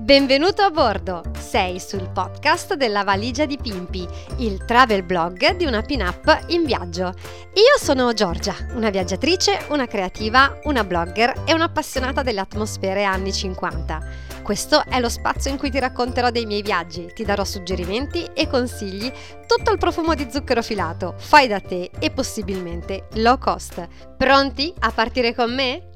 Benvenuto a bordo! Sei sul podcast della Valigia di Pimpi, il travel blog di una pin-up in viaggio. Io sono Giorgia, una viaggiatrice, una creativa, una blogger e un'appassionata delle atmosfere anni 50. Questo è lo spazio in cui ti racconterò dei miei viaggi, ti darò suggerimenti e consigli, tutto il profumo di zucchero filato, fai da te e possibilmente low cost. Pronti a partire con me?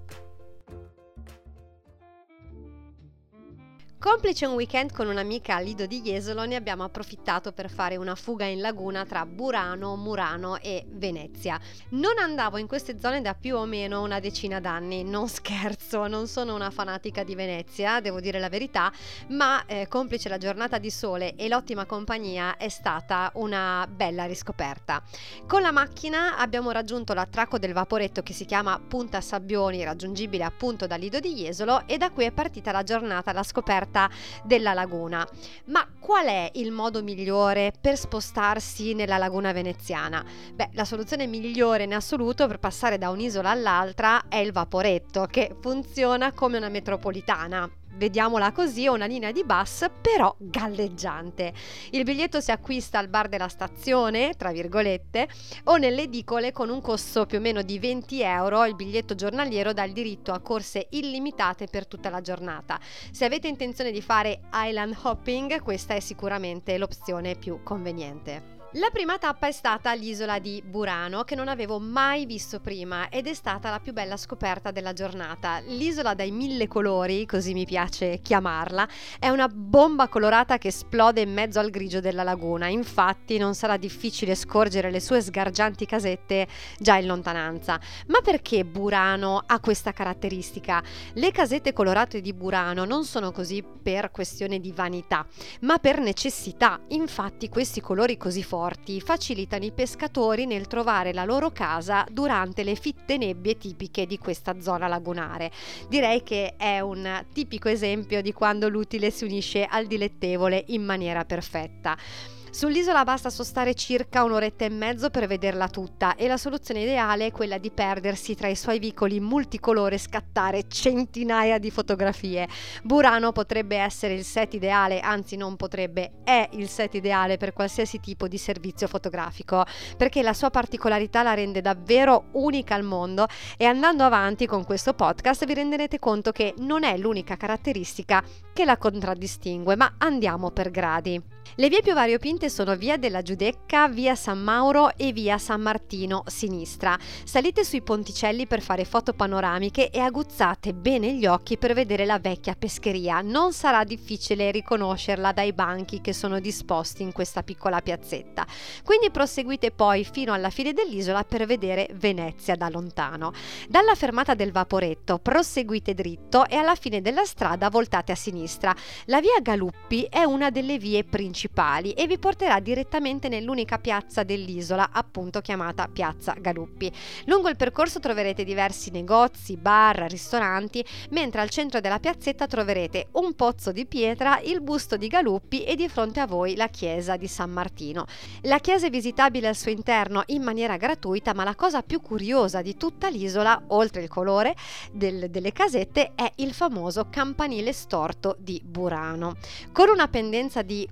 Complice un weekend con un'amica a Lido di Jesolo, ne abbiamo approfittato per fare una fuga in laguna tra Burano, Murano e Venezia. Non andavo in queste zone da più o meno una decina d'anni, non scherzo, non sono una fanatica di Venezia, devo dire la verità, ma complice la giornata di sole e l'ottima compagnia è stata una bella riscoperta. Con la macchina abbiamo raggiunto l'attracco del vaporetto che si chiama Punta Sabbioni, raggiungibile appunto da Lido di Jesolo, e da qui è partita la giornata alla scoperta della laguna. Ma qual è il modo migliore per spostarsi nella laguna veneziana? La soluzione migliore in assoluto per passare da un'isola all'altra è il vaporetto, che funziona come una metropolitana. Vediamola così, è una linea di bus però galleggiante. Il biglietto si acquista al bar della stazione, tra virgolette, o nelle edicole con un costo più o meno di 20 euro. Il biglietto giornaliero dà il diritto a corse illimitate per tutta la giornata. Se avete intenzione di fare island hopping, questa è sicuramente l'opzione più conveniente. La prima tappa è stata l'isola di Burano, che non avevo mai visto prima ed è stata la più bella scoperta della giornata. L'isola dai 1000 colori, così mi piace chiamarla, è una bomba colorata che esplode in mezzo al grigio della laguna. Infatti non sarà difficile scorgere le sue sgargianti casette già in lontananza. Ma perché Burano ha questa caratteristica? Le casette colorate di Burano non sono così per questione di vanità, ma per necessità. Infatti questi colori così forti facilitano i pescatori nel trovare la loro casa durante le fitte nebbie tipiche di questa zona lagunare. Direi che è un tipico esempio di quando l'utile si unisce al dilettevole in maniera perfetta. Sull'isola basta sostare circa un'oretta e mezzo per vederla tutta e la soluzione ideale è quella di perdersi tra i suoi vicoli multicolore e scattare centinaia di fotografie. Burano potrebbe essere il set ideale, anzi non potrebbe, è il set ideale per qualsiasi tipo di servizio fotografico, perché la sua particolarità la rende davvero unica al mondo, e andando avanti con questo podcast vi renderete conto che non è l'unica caratteristica che la contraddistingue, ma andiamo per gradi. Le vie più variopinte sono via della Giudecca, via San Mauro e via San Martino sinistra. Salite sui ponticelli per fare foto panoramiche e aguzzate bene gli occhi per vedere la vecchia pescheria. Non sarà difficile riconoscerla dai banchi che sono disposti in questa piccola piazzetta. Quindi proseguite poi fino alla fine dell'isola per vedere Venezia da lontano. Dalla fermata del vaporetto proseguite dritto e alla fine della strada voltate a sinistra. La via Galuppi è una delle vie principali e vi porterà direttamente nell'unica piazza dell'isola, appunto chiamata Piazza Galuppi. Lungo il percorso troverete diversi negozi, bar, ristoranti, mentre al centro della piazzetta troverete un pozzo di pietra, il busto di Galuppi e di fronte a voi la chiesa di San Martino. La chiesa è visitabile al suo interno in maniera gratuita, ma la cosa più curiosa di tutta l'isola, oltre il colore delle casette, è il famoso campanile storto di Burano. Con una pendenza di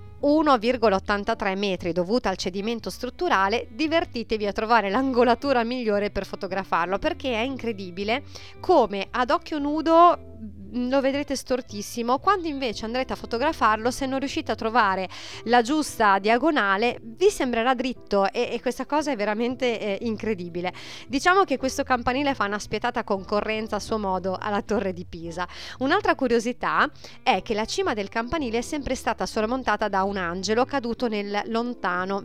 1,83 metri dovuta al cedimento strutturale, divertitevi a trovare l'angolatura migliore per fotografarlo, perché è incredibile come ad occhio nudo lo vedrete stortissimo, quando invece andrete a fotografarlo, se non riuscite a trovare la giusta diagonale vi sembrerà dritto, e questa cosa è veramente incredibile. Diciamo che questo campanile fa una spietata concorrenza a suo modo alla Torre di Pisa. Un'altra curiosità è che la cima del campanile è sempre stata sormontata da un angelo caduto nel lontano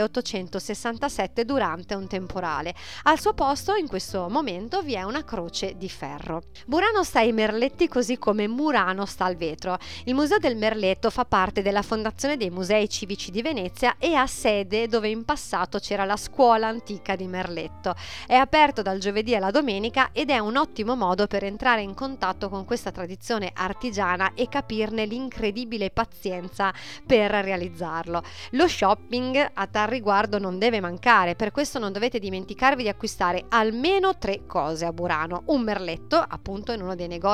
1867 durante un temporale. Al suo posto in questo momento vi è una croce di ferro. Burano sta ai merletti, così come Murano sta al vetro. Il Museo del Merletto fa parte della Fondazione dei Musei Civici di Venezia e ha sede dove in passato c'era la scuola antica di Merletto. È aperto dal giovedì alla domenica ed è un ottimo modo per entrare in contatto con questa tradizione artigiana e capirne l'incredibile pazienza per realizzarlo. Lo shopping a tal riguardo non deve mancare, per questo non dovete dimenticarvi di acquistare almeno 3 cose a Burano: un merletto, appunto in uno dei negozi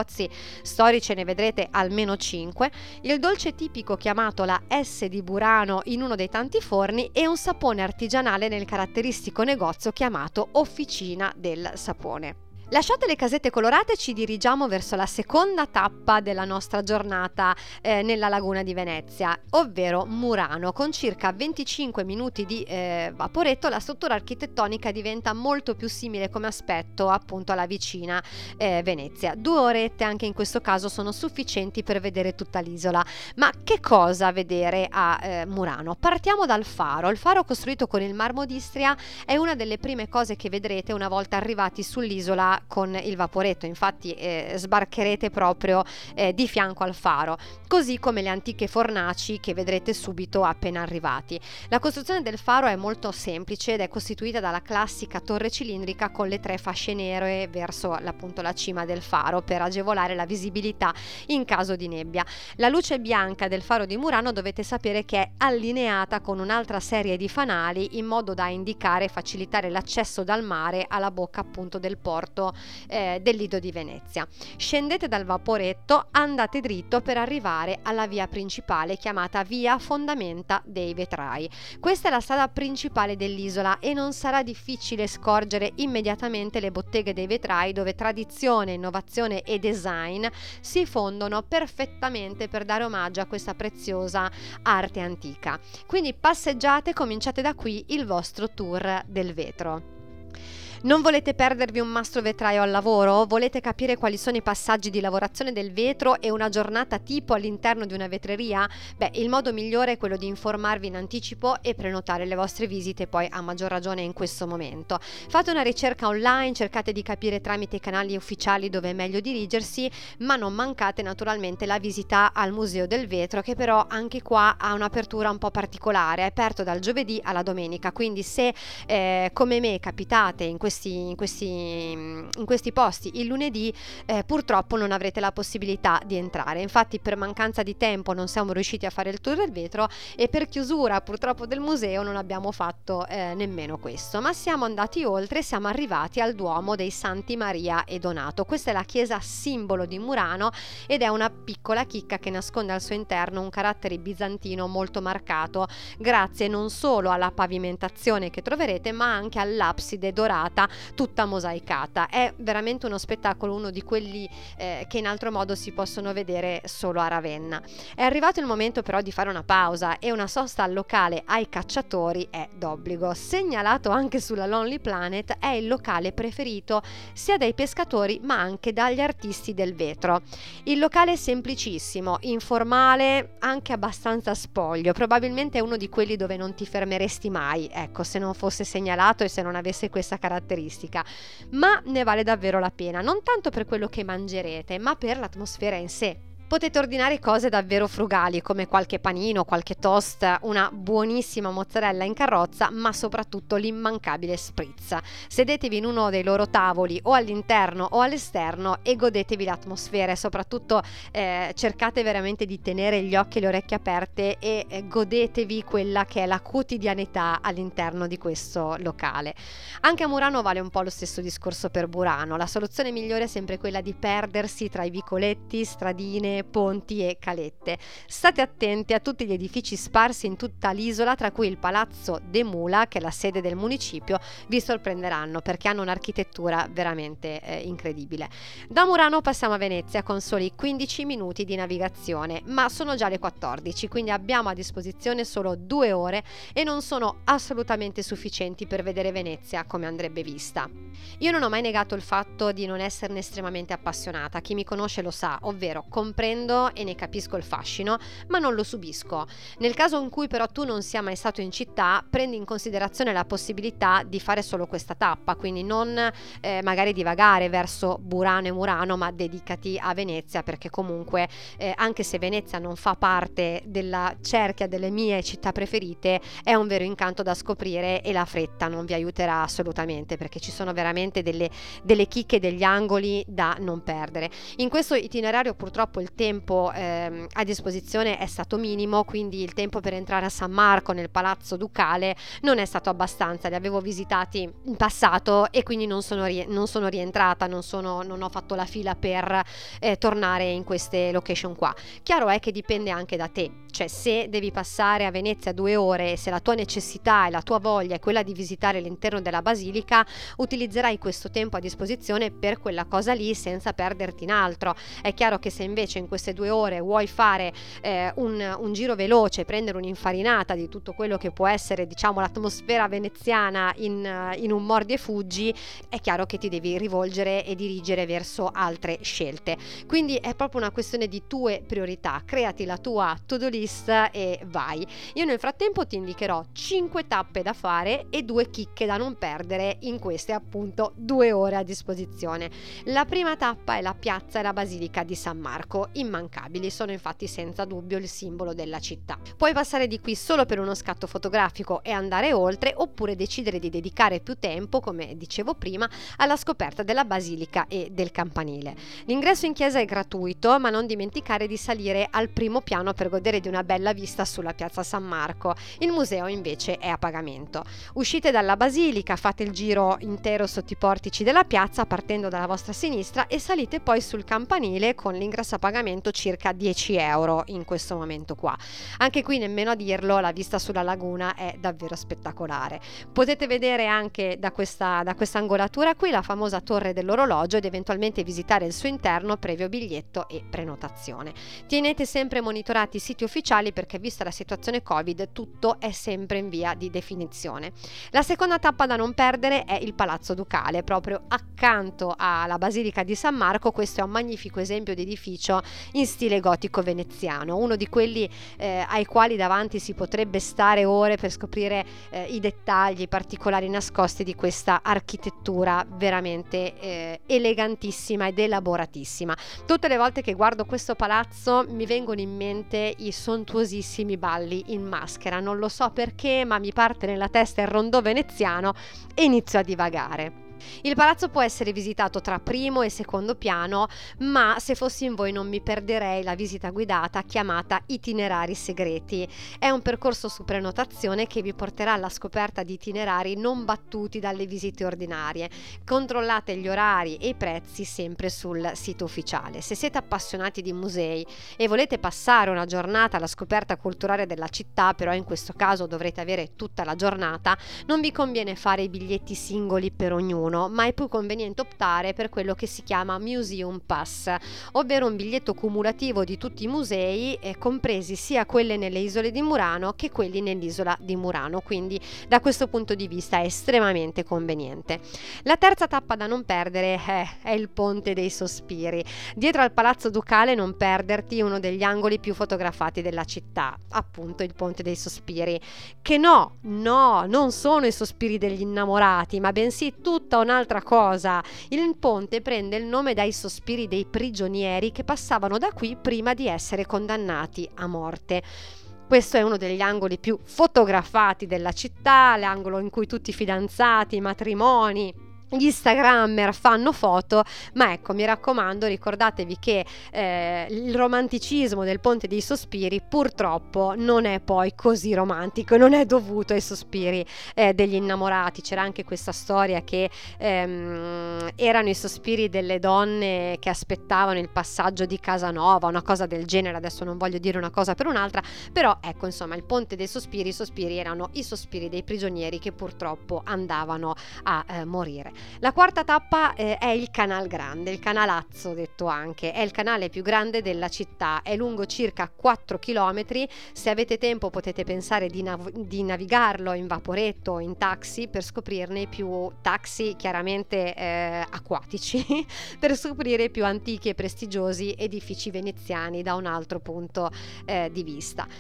storici ne vedrete almeno 5, il dolce tipico chiamato la S di Burano in uno dei tanti forni e un sapone artigianale nel caratteristico negozio chiamato Officina del Sapone. Lasciate le casette colorate, ci dirigiamo verso la seconda tappa della nostra giornata nella laguna di Venezia, ovvero Murano. Con circa 25 minuti di vaporetto la struttura architettonica diventa molto più simile come aspetto appunto alla vicina Venezia. 2 orette anche in questo caso sono sufficienti per vedere tutta l'isola. Ma che cosa vedere a Murano? Partiamo dal faro. Il faro costruito con il marmo d'Istria è una delle prime cose che vedrete una volta arrivati sull'isola con il vaporetto, infatti sbarcherete proprio di fianco al faro, così come le antiche fornaci che vedrete subito appena arrivati. La costruzione del faro è molto semplice ed è costituita dalla classica torre cilindrica con le 3 fasce nere verso appunto la cima del faro per agevolare la visibilità in caso di nebbia. La luce bianca del faro di Murano dovete sapere che è allineata con un'altra serie di fanali in modo da indicare e facilitare l'accesso dal mare alla bocca appunto del porto del Lido di Venezia. Scendete dal vaporetto, andate dritto per arrivare alla via principale chiamata via Fondamenta dei Vetrai. Questa è la strada principale dell'isola e non sarà difficile scorgere immediatamente le botteghe dei vetrai dove tradizione, innovazione e design si fondono perfettamente per dare omaggio a questa preziosa arte antica. Quindi passeggiate, cominciate da qui il vostro tour del vetro. Non volete perdervi un mastro vetraio al lavoro? Volete capire quali sono i passaggi di lavorazione del vetro e una giornata tipo all'interno di una vetreria? Beh, il modo migliore è quello di informarvi in anticipo e prenotare le vostre visite poi a maggior ragione in questo momento. Fate una ricerca online, cercate di capire tramite i canali ufficiali dove è meglio dirigersi, ma non mancate naturalmente la visita al Museo del Vetro, che però anche qua ha un'apertura un po' particolare, è aperto dal giovedì alla domenica, quindi se come me capitate in questi posti il lunedì purtroppo non avrete la possibilità di entrare. Infatti per mancanza di tempo non siamo riusciti a fare il tour del vetro e per chiusura purtroppo del museo non abbiamo fatto nemmeno questo, ma siamo andati oltre, siamo arrivati al Duomo dei Santi Maria e Donato. Questa è la chiesa simbolo di Murano ed è una piccola chicca che nasconde al suo interno un carattere bizantino molto marcato grazie non solo alla pavimentazione che troverete ma anche all'abside dorata tutta mosaicata. È veramente uno spettacolo, uno di quelli che in altro modo si possono vedere solo a Ravenna. È arrivato il momento però di fare una pausa e una sosta al locale ai cacciatori è d'obbligo. Segnalato anche sulla Lonely Planet, è il locale preferito sia dai pescatori ma anche dagli artisti del vetro. Il locale è semplicissimo, informale, anche abbastanza spoglio, probabilmente è uno di quelli dove non ti fermeresti mai, ecco, se non fosse segnalato e se non avesse questa caratteristica, ma ne vale davvero la pena, non tanto per quello che mangerete, ma per l'atmosfera in sé. Potete ordinare cose davvero frugali come qualche panino, qualche toast, una buonissima mozzarella in carrozza, ma soprattutto l'immancabile spritz. Sedetevi in uno dei loro tavoli o all'interno o all'esterno e godetevi l'atmosfera e soprattutto cercate veramente di tenere gli occhi e le orecchie aperte e godetevi quella che è la quotidianità all'interno di questo locale. Anche a Murano vale un po' lo stesso discorso per Burano. La soluzione migliore è sempre quella di perdersi tra i vicoletti, stradine, ponti e calette. State attenti a tutti gli edifici sparsi in tutta l'isola, tra cui il Palazzo de Mula, che è la sede del municipio, vi sorprenderanno perché hanno un'architettura veramente incredibile. Da Murano passiamo a Venezia con soli 15 minuti di navigazione, ma sono già le 14, quindi abbiamo a disposizione solo 2 ore e non sono assolutamente sufficienti per vedere Venezia come andrebbe vista. Io non ho mai negato il fatto di non esserne estremamente appassionata, chi mi conosce lo sa, ovvero comprendo e ne capisco il fascino, ma non lo subisco. Nel caso in cui però tu non sia mai stato in città, prendi in considerazione la possibilità di fare solo questa tappa, quindi non magari divagare verso Burano e Murano, ma dedicati a Venezia, perché comunque anche se Venezia non fa parte della cerchia delle mie città preferite, è un vero incanto da scoprire e la fretta non vi aiuterà assolutamente, perché ci sono veramente delle chicche, degli angoli da non perdere. In questo itinerario purtroppo il tempo a disposizione è stato minimo, quindi il tempo per entrare a San Marco nel Palazzo Ducale non è stato abbastanza. Li avevo visitati in passato e quindi non sono rientrata, non ho fatto la fila per tornare in queste location qua. Chiaro è che dipende anche da te, cioè se devi passare a Venezia 2 ore, se la tua necessità e la tua voglia è quella di visitare l'interno della basilica, utilizzerai questo tempo a disposizione per quella cosa lì senza perderti in altro. È chiaro che se invece in queste 2 ore vuoi fare un giro veloce, prendere un'infarinata di tutto quello che può essere, diciamo, l'atmosfera veneziana in un mordi e fuggi, è chiaro che ti devi rivolgere e dirigere verso altre scelte. Quindi è proprio una questione di tue priorità. Creati la tua to-do list e vai. Io nel frattempo ti indicherò 5 tappe da fare e 2 chicche da non perdere in queste appunto 2 ore a disposizione. La prima tappa è la piazza e la basilica di San Marco, immancabili, sono infatti senza dubbio il simbolo della città. Puoi passare di qui solo per uno scatto fotografico e andare oltre, oppure decidere di dedicare più tempo, come dicevo prima, alla scoperta della basilica e del campanile. L'ingresso in chiesa è gratuito, ma non dimenticare di salire al primo piano per godere di una bella vista sulla piazza San Marco. Il museo invece è a pagamento. Uscite dalla basilica, fate il giro intero sotto i portici della piazza partendo dalla vostra sinistra e salite poi sul campanile con l'ingresso a pagamento circa 10 euro in questo momento qua. Anche qui, nemmeno a dirlo, la vista sulla laguna è davvero spettacolare. Potete vedere anche da questa angolatura qui la famosa torre dell'orologio ed eventualmente visitare il suo interno previo biglietto e prenotazione. Tenete sempre monitorati i siti ufficiali perché, vista la situazione Covid, tutto è sempre in via di definizione. La seconda tappa da non perdere è il Palazzo Ducale, proprio accanto alla Basilica di San Marco. Questo è un magnifico esempio di edificio in stile gotico veneziano, uno di quelli ai quali davanti si potrebbe stare ore per scoprire i dettagli, i particolari nascosti di questa architettura veramente elegantissima ed elaboratissima. Tutte le volte che guardo questo palazzo mi vengono in mente i sontuosissimi balli in maschera, non lo so perché, ma mi parte nella testa il rondò veneziano e inizio a divagare. Il palazzo può essere visitato tra primo e secondo piano, ma se fossi in voi non mi perderei la visita guidata chiamata Itinerari Segreti. È un percorso su prenotazione che vi porterà alla scoperta di itinerari non battuti dalle visite ordinarie. Controllate gli orari e i prezzi sempre sul sito ufficiale. Se siete appassionati di musei e volete passare una giornata alla scoperta culturale della città, però in questo caso dovrete avere tutta la giornata, non vi conviene fare i biglietti singoli per ognuno, ma è più conveniente optare per quello che si chiama Museum Pass, ovvero un biglietto cumulativo di tutti i musei, compresi sia quelle nelle isole di Murano che quelli nell'isola di Murano, quindi da questo punto di vista è estremamente conveniente. La terza tappa da non perdere è il Ponte dei Sospiri. Dietro al Palazzo Ducale non perderti uno degli angoli più fotografati della città, appunto il Ponte dei Sospiri, che no, non sono i sospiri degli innamorati, ma bensì tutta un'altra cosa. Il ponte prende il nome dai sospiri dei prigionieri che passavano da qui prima di essere condannati a morte. Questo è uno degli angoli più fotografati della città, l'angolo in cui tutti i fidanzati, i matrimoni, gli instagrammer fanno foto, ma ecco, mi raccomando, ricordatevi che il romanticismo del Ponte dei Sospiri purtroppo non è poi così romantico, non è dovuto ai sospiri degli innamorati. C'era anche questa storia che erano i sospiri delle donne che aspettavano il passaggio di Casanova, una cosa del genere. Adesso non voglio dire una cosa per un'altra, però ecco, insomma, il Ponte dei Sospiri, i sospiri erano i sospiri dei prigionieri che purtroppo andavano a morire. La quarta tappa è il Canal Grande, il Canalazzo detto anche, è il canale più grande della città, è lungo circa 4 km. Se avete tempo potete pensare di navigarlo in vaporetto o in taxi per scoprirne più taxi chiaramente acquatici per scoprire i più antichi e prestigiosi edifici veneziani da un altro punto di vista.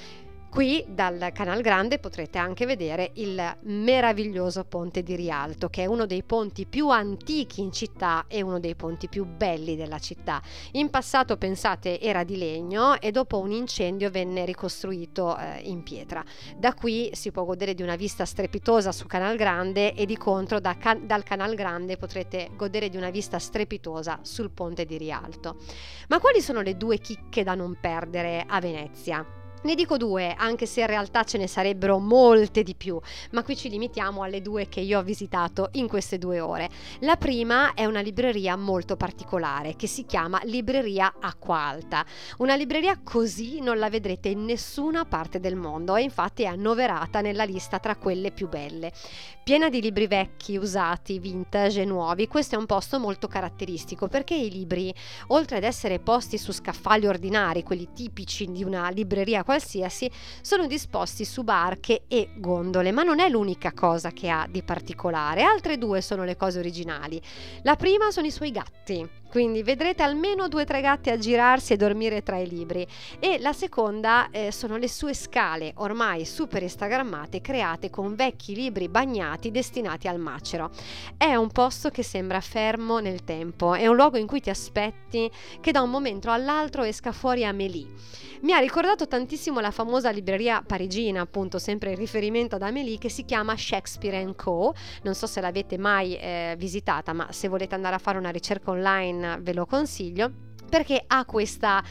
Qui dal Canal Grande potrete anche vedere il meraviglioso ponte di Rialto, che è uno dei ponti più antichi in città e uno dei ponti più belli della città. In passato, pensate, era di legno e dopo un incendio venne ricostruito in pietra. Da qui si può godere di una vista strepitosa su Canal Grande e di contro dal Canal Grande potrete godere di una vista strepitosa sul ponte di Rialto. Ma quali sono le 2 chicche da non perdere a Venezia? Ne dico 2, anche se in realtà ce ne sarebbero molte di più, ma qui ci limitiamo alle 2 che io ho visitato in queste 2 ore. La prima è una libreria molto particolare che si chiama Libreria Acqua Alta. Una libreria così non la vedrete in nessuna parte del mondo e infatti è annoverata nella lista tra quelle più belle. Piena di libri vecchi, usati, vintage e nuovi, questo è un posto molto caratteristico perché i libri, oltre ad essere posti su scaffali ordinari, quelli tipici di una libreria qualsiasi, sono disposti su barche e gondole, ma non è l'unica cosa che ha di particolare. Altre 2 sono le cose originali. La prima sono i suoi gatti, quindi vedrete almeno 2 o 3 gatti a girarsi e dormire tra i libri, e la seconda sono le sue scale ormai super instagrammate, create con vecchi libri bagnati destinati al macero. È un posto che sembra fermo nel tempo, è un luogo in cui ti aspetti che da un momento all'altro esca fuori Amélie. Mi ha ricordato tantissimo la famosa libreria parigina, appunto sempre in riferimento ad Amélie, che si chiama Shakespeare & Co. Non so se l'avete mai visitata, ma se volete andare a fare una ricerca online ve lo consiglio, perché ha questa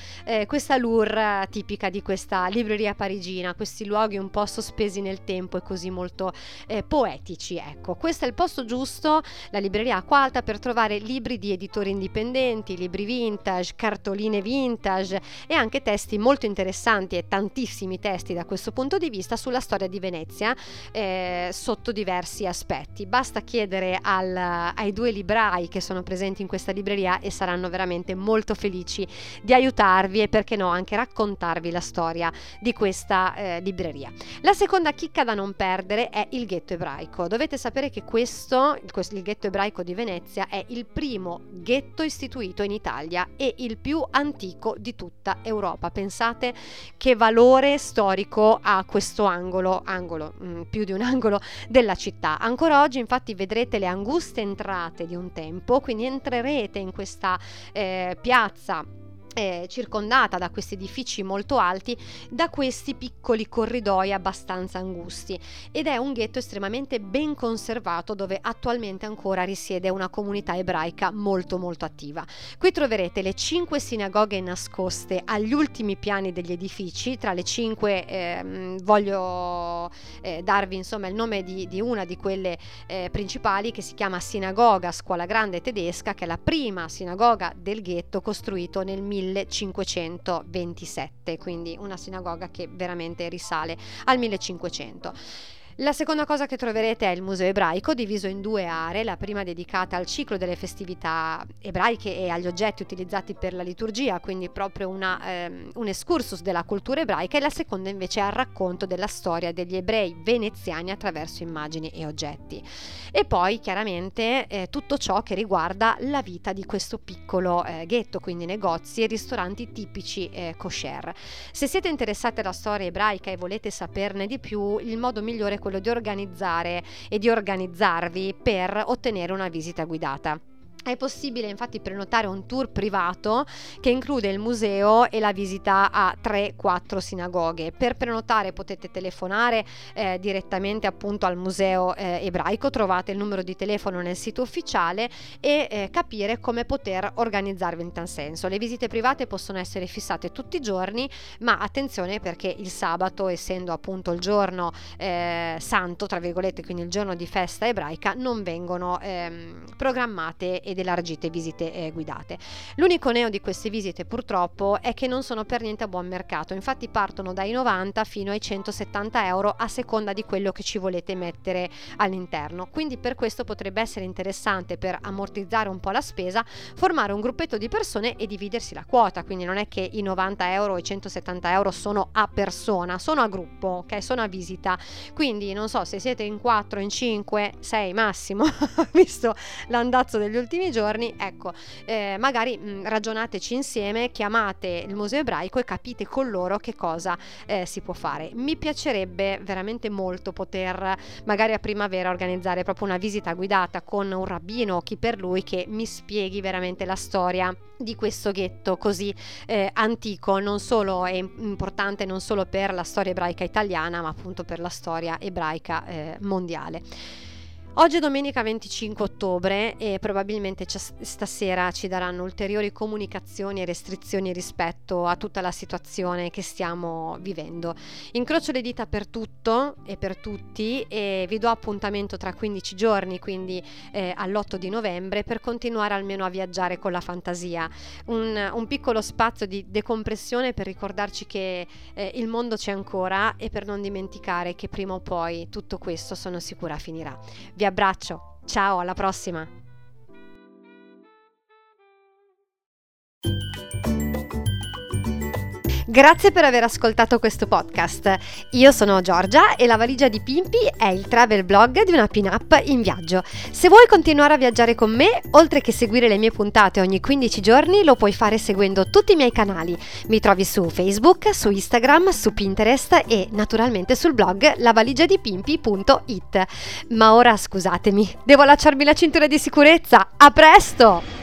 allure tipica di questa libreria parigina, questi luoghi un po' sospesi nel tempo e così molto poetici. Ecco, questo è il posto giusto, la libreria Acqua Alta, per trovare libri di editori indipendenti, libri vintage, cartoline vintage e anche testi molto interessanti, e tantissimi testi da questo punto di vista sulla storia di Venezia sotto diversi aspetti. Basta chiedere ai 2 librai che sono presenti in questa libreria e saranno veramente molto felici di aiutarvi e, perché no, anche raccontarvi la storia di questa libreria. La seconda chicca da non perdere è il ghetto ebraico. Dovete sapere che il ghetto ebraico di Venezia è il primo ghetto istituito in Italia e il più antico di tutta Europa. Pensate che valore storico ha questo angolo, più di un angolo della città. Ancora oggi infatti vedrete le anguste entrate di un tempo, quindi entrerete in questa piazza circondata da questi edifici molto alti, da questi piccoli corridoi abbastanza angusti, ed è un ghetto estremamente ben conservato dove attualmente ancora risiede una comunità ebraica molto molto attiva. Qui troverete le 5 sinagoghe nascoste agli ultimi piani degli edifici. Tra le 5 voglio darvi insomma il nome di una di quelle principali, che si chiama Sinagoga Scuola Grande Tedesca, che è la prima sinagoga del ghetto, costruito nel 1527, quindi una sinagoga che veramente risale al 1500. La seconda cosa che troverete è il museo ebraico, diviso in 2 aree, la prima dedicata al ciclo delle festività ebraiche e agli oggetti utilizzati per la liturgia, quindi proprio un excursus della cultura ebraica, e la seconda invece al racconto della storia degli ebrei veneziani attraverso immagini e oggetti. E poi chiaramente tutto ciò che riguarda la vita di questo piccolo ghetto, quindi negozi e ristoranti tipici kosher. Se siete interessati alla storia ebraica e volete saperne di più, il modo migliore è quello di organizzare e di organizzarvi per ottenere una visita guidata. È possibile infatti prenotare un tour privato che include il museo e la visita a 3-4 sinagoghe. Per prenotare potete telefonare direttamente appunto al museo ebraico, trovate il numero di telefono nel sito ufficiale, e capire come poter organizzarvi in tal senso. Le visite private possono essere fissate tutti i giorni, ma attenzione, perché il sabato, essendo appunto il giorno santo, tra virgolette, quindi il giorno di festa ebraica, non vengono programmate ed elargite visite guidate. L'unico neo di queste visite purtroppo è che non sono per niente a buon mercato, infatti partono dai 90 fino ai 170 euro a seconda di quello che ci volete mettere all'interno, quindi per questo potrebbe essere interessante, per ammortizzare un po' la spesa, formare un gruppetto di persone e dividersi la quota. Quindi non è che i 90 euro e i 170 euro sono a persona, sono a gruppo, ok? Sono a visita, quindi non so se siete in 4, in 5, 6 massimo visto l'andazzo degli ultimi prossimi giorni, ecco, magari ragionateci insieme, chiamate il Museo Ebraico e capite con loro che cosa si può fare. Mi piacerebbe veramente molto poter magari a primavera organizzare proprio una visita guidata con un rabbino o chi per lui che mi spieghi veramente la storia di questo ghetto così antico, non solo è importante non solo per la storia ebraica italiana, ma appunto per la storia ebraica mondiale. Oggi è domenica 25 ottobre e probabilmente stasera ci daranno ulteriori comunicazioni e restrizioni rispetto a tutta la situazione che stiamo vivendo. Incrocio le dita per tutto e per tutti e vi do appuntamento tra 15 giorni, quindi all'8 di novembre, per continuare almeno a viaggiare con la fantasia. Un piccolo spazio di decompressione per ricordarci che il mondo c'è ancora e per non dimenticare che prima o poi tutto questo sono sicura finirà. Vi abbraccio, ciao, alla prossima! Grazie per aver ascoltato questo podcast. Io sono Giorgia e La Valigia di Pimpi è il travel blog di una pin-up in viaggio. Se vuoi continuare a viaggiare con me, oltre che seguire le mie puntate ogni 15 giorni, lo puoi fare seguendo tutti i miei canali. Mi trovi su Facebook, su Instagram, su Pinterest e naturalmente sul blog lavaligiadipimpi.it. Ma ora scusatemi, devo allacciarmi la cintura di sicurezza. A presto!